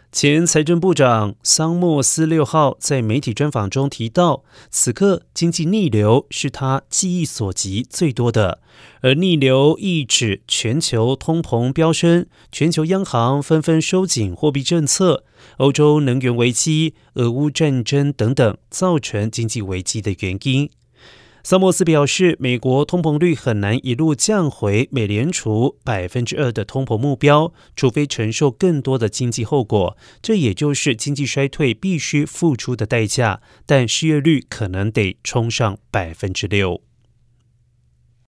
前财政部长桑莫斯6号在媒体专访中提到，此刻经济逆流是他记忆所及最多的，而逆流意指全球通膨飙升，全球央行纷纷收紧货币政策，欧洲能源危机、俄乌战争等等造成经济危机的原因。桑莫斯表示，美国通膨率很难一路降回美联储2%的通膨目标，除非承受更多的经济后果，这也就是经济衰退必须付出的代价，但失业率可能得冲上6%。